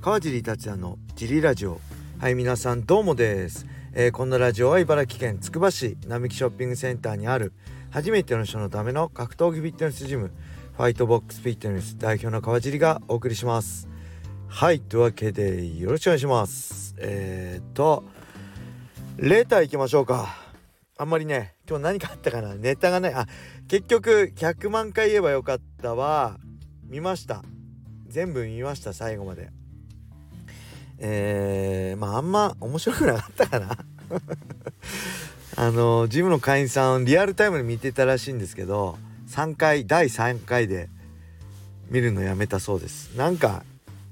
川尻達也のジリラジオ。はい、皆さんどうもです。このラジオは茨城県つくば市並木ショッピングセンターにある初めての人のための格闘技フィットネスジム、ファイトボックスフィットネス代表の川尻がお送りします。はい、というわけでよろしくお願いします。レター行きましょうか。あんまりね、今日何かあったかな、ネタがない。結局100万回言えばよかったは見ました。全部見ました、最後まで。あんま面白くなかったかなジムの会員さんリアルタイムで見てたらしいんですけど、第3回で見るのやめたそうです。なんか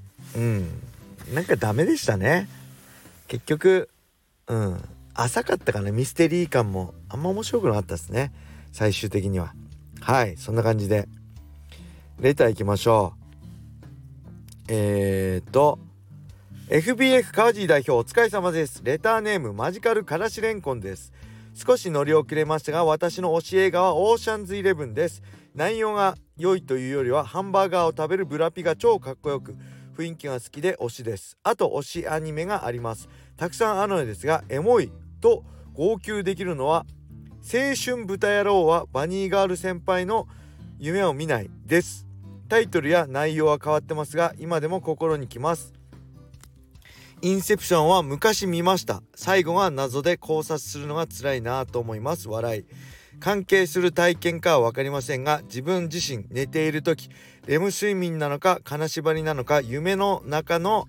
ダメでしたね。結局浅かったかな。ミステリー感もあんま面白くなかったですね、最終的には。はい、そんな感じでレター行きましょう。FBF 川尻代表お疲れ様です。レターネームマジカルからしれんこんです。少し乗り遅れましたが、私の推し映画はオーシャンズ11です。内容が良いというよりはハンバーガーを食べるブラピが超かっこよく、雰囲気が好きで推しです。あと推しアニメがあります。たくさんあるのですが、エモいと号泣できるのは青春豚野郎はバニーガール先輩の夢を見ないです。タイトルや内容は変わってますが、今でも心にきます。インセプションは昔見ました。最後が謎で考察するのが辛いなと思います。笑い。関係する体験かは分かりませんが、自分自身寝ている時、レム睡眠なのか金縛りなのか、夢の中の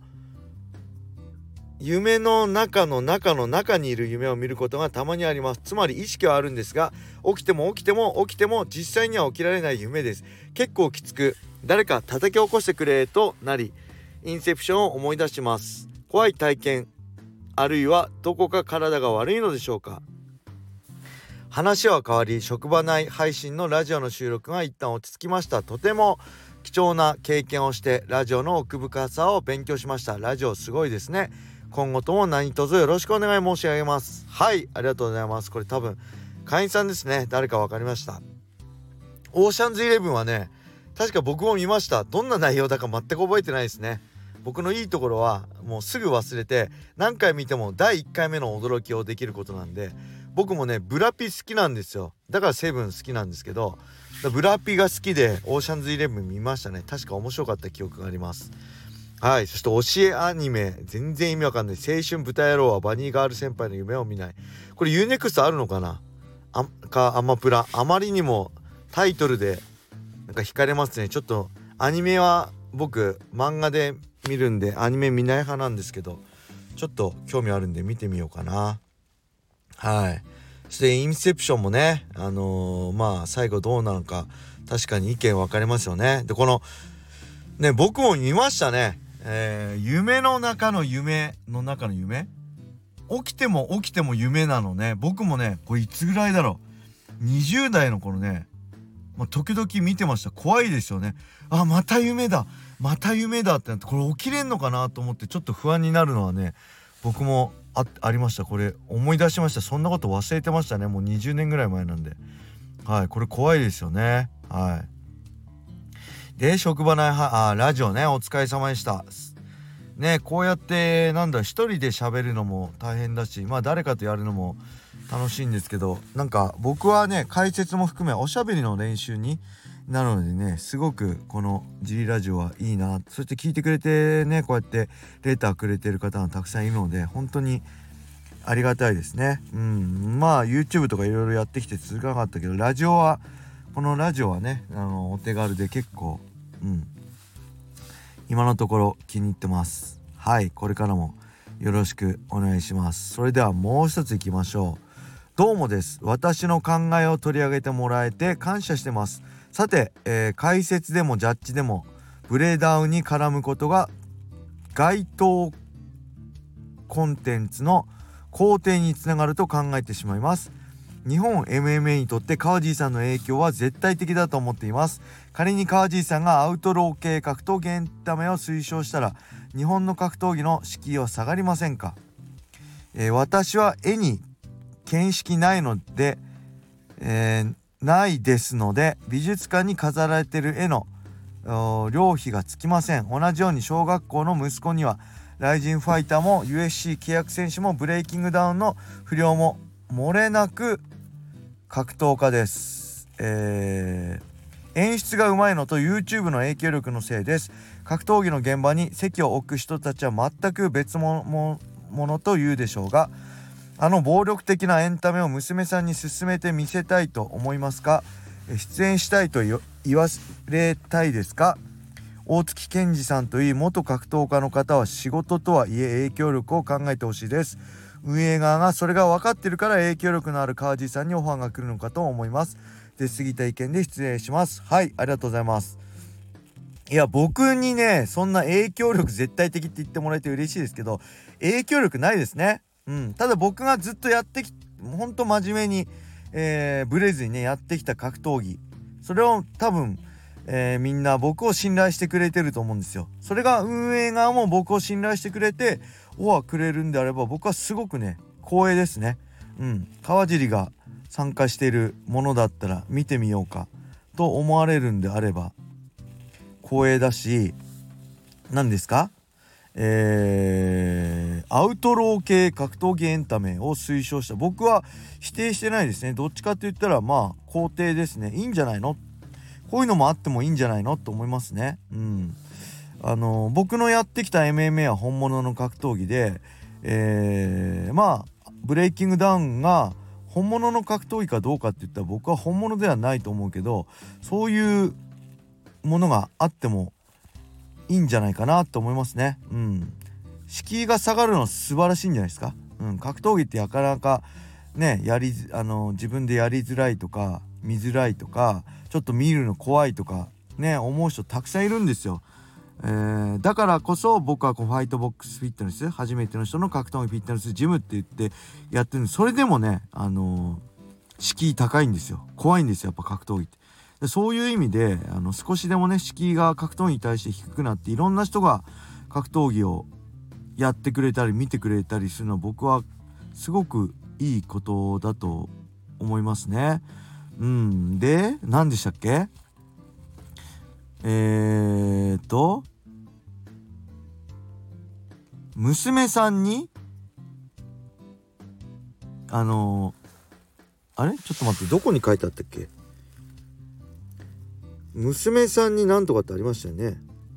中にいる夢を見ることがたまにあります。つまり意識はあるんですが、起きても実際には起きられない夢です。結構きつく、誰か叩き起こしてくれとなり、インセプションを思い出します。怖い体験、あるいはどこか体が悪いのでしょうか。話は変わり、職場内配信のラジオの収録が一旦落ち着きました。とても貴重な経験をしてラジオの奥深さを勉強しました。ラジオすごいですね。今後とも何卒よろしくお願い申し上げます。はい、ありがとうございます。これ多分会員さんですね。誰か分かりました。オーシャンズ11はね、確か僕も見ました。どんな内容だか全く覚えてないですね。僕のいいところはもうすぐ忘れて、何回見ても第1回目の驚きをできることなんで、僕もねブラピ好きなんですよ。だからセブン好きなんですけど、ブラピが好きでオーシャンズ11見ましたね。確か面白かった記憶があります。はい、そして教えアニメ、全然意味わかんない。青春豚野郎はバニーガール先輩の夢を見ない。これ UNEXT あるのかな、アマプラ。あまりにもタイトルでなんか惹かれますね。ちょっとアニメは僕漫画で見るんでアニメ見ない派なんですけど、ちょっと興味あるんで見てみようかな。はい。そしてインセプションもね、最後どうなのか確かに意見分かれますよね。でこのね、僕も見ましたね。夢の中の夢の中の夢、起きても夢なのね。僕もね、これいつぐらいだろう、20代の頃ね、時々見てました。怖いですよね。また夢だってなって、これ起きれんのかなと思ってちょっと不安になるのはね、僕もありました。これ思い出しました。そんなこと忘れてましたね。もう20年ぐらい前なんで。はい、これ怖いですよね。はい。で職場内ラジオね、お疲れ様でしたね。こうやって一人で喋るのも大変だし、誰かとやるのも楽しいんですけど、なんか僕はね、解説も含めおしゃべりの練習になるのでね、すごくこのジリラジオはいいな。そして聞いてくれてね、こうやってレターくれてる方がたくさんいるので本当にありがたいですね。YouTube とかいろいろやってきて続かなかったけど、このラジオはね、お手軽で結構今のところ気に入ってます。はい、これからもよろしくお願いします。それではもう一ついきましょう。どうもです。私の考えを取り上げてもらえて感謝してます。さて、解説でもジャッジでもブレダウンに絡むことが該当コンテンツの肯定につながると考えてしまいます。日本 MMA にとって川尻さんの影響は絶対的だと思っています。仮に川尻さんがアウトロー系格闘技エンタメを推奨したら、日本の格闘技の敷居は下がりませんか。私は絵に見識ないので、ないですので、美術館に飾られている絵の寮費がつきません。同じように小学校の息子にはライジンファイターも USC 契約選手もブレイキングダウンの不良も漏れなく格闘家です。演出がうまいのと YouTube の影響力のせいです。格闘技の現場に席を置く人たちは全く別物と言うでしょうが、暴力的なエンタメを娘さんに勧めて見せたいと思いますか？出演したいと言われたいですか？大月健二さんといい元格闘家の方は仕事とはいえ影響力を考えてほしいです。運営側がそれが分かってるから影響力のある川地さんにオファーが来るのかと思います。出過ぎた意見で失礼します。はい、ありがとうございます。いや、僕にねそんな影響力絶対的って言ってもらえて嬉しいですけど、影響力ないですね。ただ僕がずっとやってほんと真面目に、ブレずにねやってきた格闘技、それを多分みんな僕を信頼してくれてると思うんですよ。それが運営側も僕を信頼してくれてオファーくれるんであれば、僕はすごくね光栄ですね。川尻が参加しているものだったら見てみようかと思われるんであれば光栄だし、何ですか、アウトロー系格闘技エンタメを推奨した、僕は否定してないですね。どっちかって言ったら肯定ですね。いいんじゃないの、こういうのもあってもいいんじゃないのと思いますね。僕のやってきた MMA は本物の格闘技で、ブレイキングダウンが本物の格闘技かどうかって言ったら僕は本物ではないと思うけど、そういうものがあってもいいんじゃないかなと思いますね。敷居が下がるのは素晴らしいんじゃないですか。格闘技ってなかなかね自分でやりづらいとか見づらいとかちょっと見るの怖いとかね思う人たくさんいるんですよ。だからこそ僕はファイトボックスフィットネス、初めての人の格闘技フィットネスジムって言ってやってるんです。それでもね敷居高いんですよ。怖いんですよやっぱ格闘技って。でそういう意味で少しでもね敷居が格闘技に対して低くなっていろんな人が格闘技をやってくれたり見てくれたりするのは僕はすごくいいことだと思いますね。で何でしたっけ、娘さんにあれちょっと待って、どこに書いてあったっけ。娘さんになんとかってありましたよね。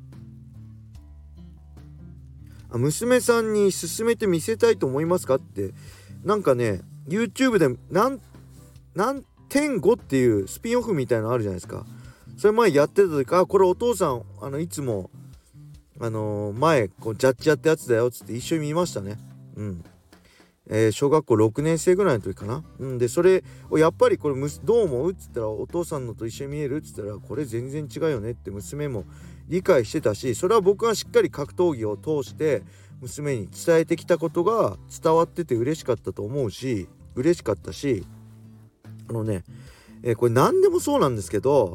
娘さんに勧めて見せたいと思いますかって、なんかね YouTube で何点5っていうスピンオフみたいなのあるじゃないですか。それ前やってた時、これお父さんいつも前ジャッジやったやつだよっつって一緒に見ましたね。小学校6年生ぐらいの時かな。でそれをやっぱりこれどう思うっつったら、お父さんのと一緒に見えるっつったら、これ全然違うよねって娘も理解してたし、それは僕がしっかり格闘技を通して娘に伝えてきたことが伝わってて嬉しかったと思うし、嬉しかったし、これ何でもそうなんですけど、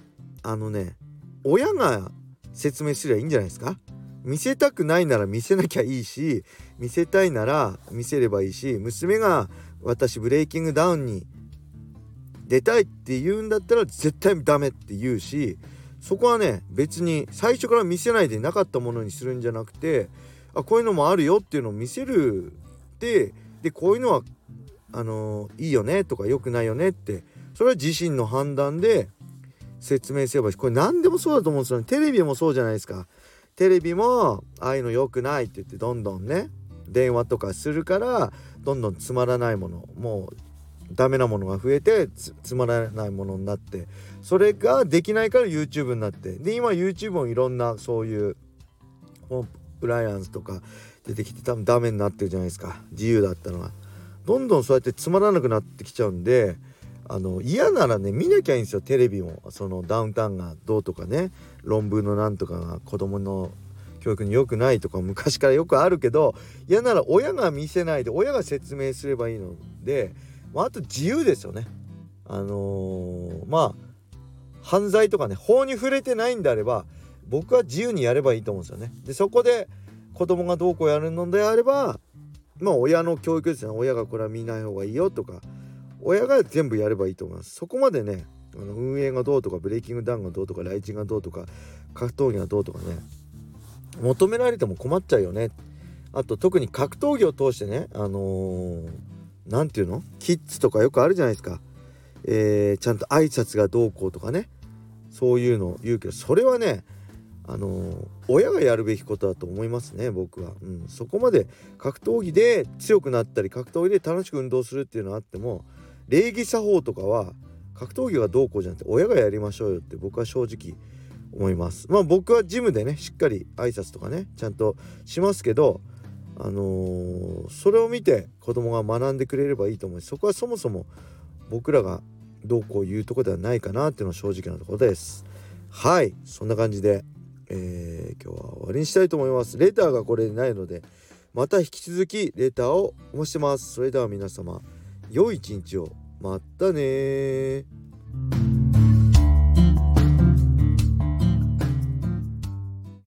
親が説明すればいいんじゃないですか。見せたくないなら見せなきゃいいし、見せたいなら見せればいいし、娘が私ブレイキングダウンに出たいって言うんだったら絶対ダメって言うし、そこはね別に最初から見せないでなかったものにするんじゃなくて、こういうのもあるよっていうのを見せるでこういうのはいいよねとか良くないよねって、それは自身の判断で説明すればいいし、これ何でもそうだと思うんですよね。テレビもそうじゃないですか。テレビもああいうの良くないって言ってどんどんね電話とかするからどんどんつまらないもの、もうダメなものが増えてつまらないものになって、それができないから YouTube になって、で今 YouTube もいろんなそういうコンプライアンスとか出てきて多分ダメになってるじゃないですか。自由だったのがどんどんそうやってつまらなくなってきちゃうんで、嫌ならね見なきゃいいんですよ。テレビもそのダウンタウンがどうとかね、論文のなんとかが子供の教育に良くないとか昔からよくあるけど、嫌なら親が見せないで親が説明すればいいので、あと自由ですよね。犯罪とかね法に触れてないんであれば僕は自由にやればいいと思うんですよね。でそこで子供がどうこうやるのであれば親の教育ですね。親がこれは見ない方がいいよとか親が全部やればいいと思います。そこまでね運営がどうとかブレイキングダウンがどうとかライジンがどうとか格闘技がどうとかね求められても困っちゃうよね。あと特に格闘技を通してねなんていうのキッズとかよくあるじゃないですか、ちゃんと挨拶がどうこうとかねそういうの言うけどそれはね親がやるべきことだと思いますね僕は、そこまで格闘技で強くなったり格闘技で楽しく運動するっていうのはあっても礼儀作法とかは格闘技がどうこうじゃなくて親がやりましょうよって僕は正直思います。僕はジムでねしっかり挨拶とかねちゃんとしますけどそれを見て子供が学んでくれればいいと思うしそこはそもそも僕らがどうこう言うところではないかなっていうのは正直なところです。はい、そんな感じで、今日は終わりにしたいと思います。レターがこれでないのでまた引き続きレターをお待ちしてます。それでは皆様良い一日を。またね。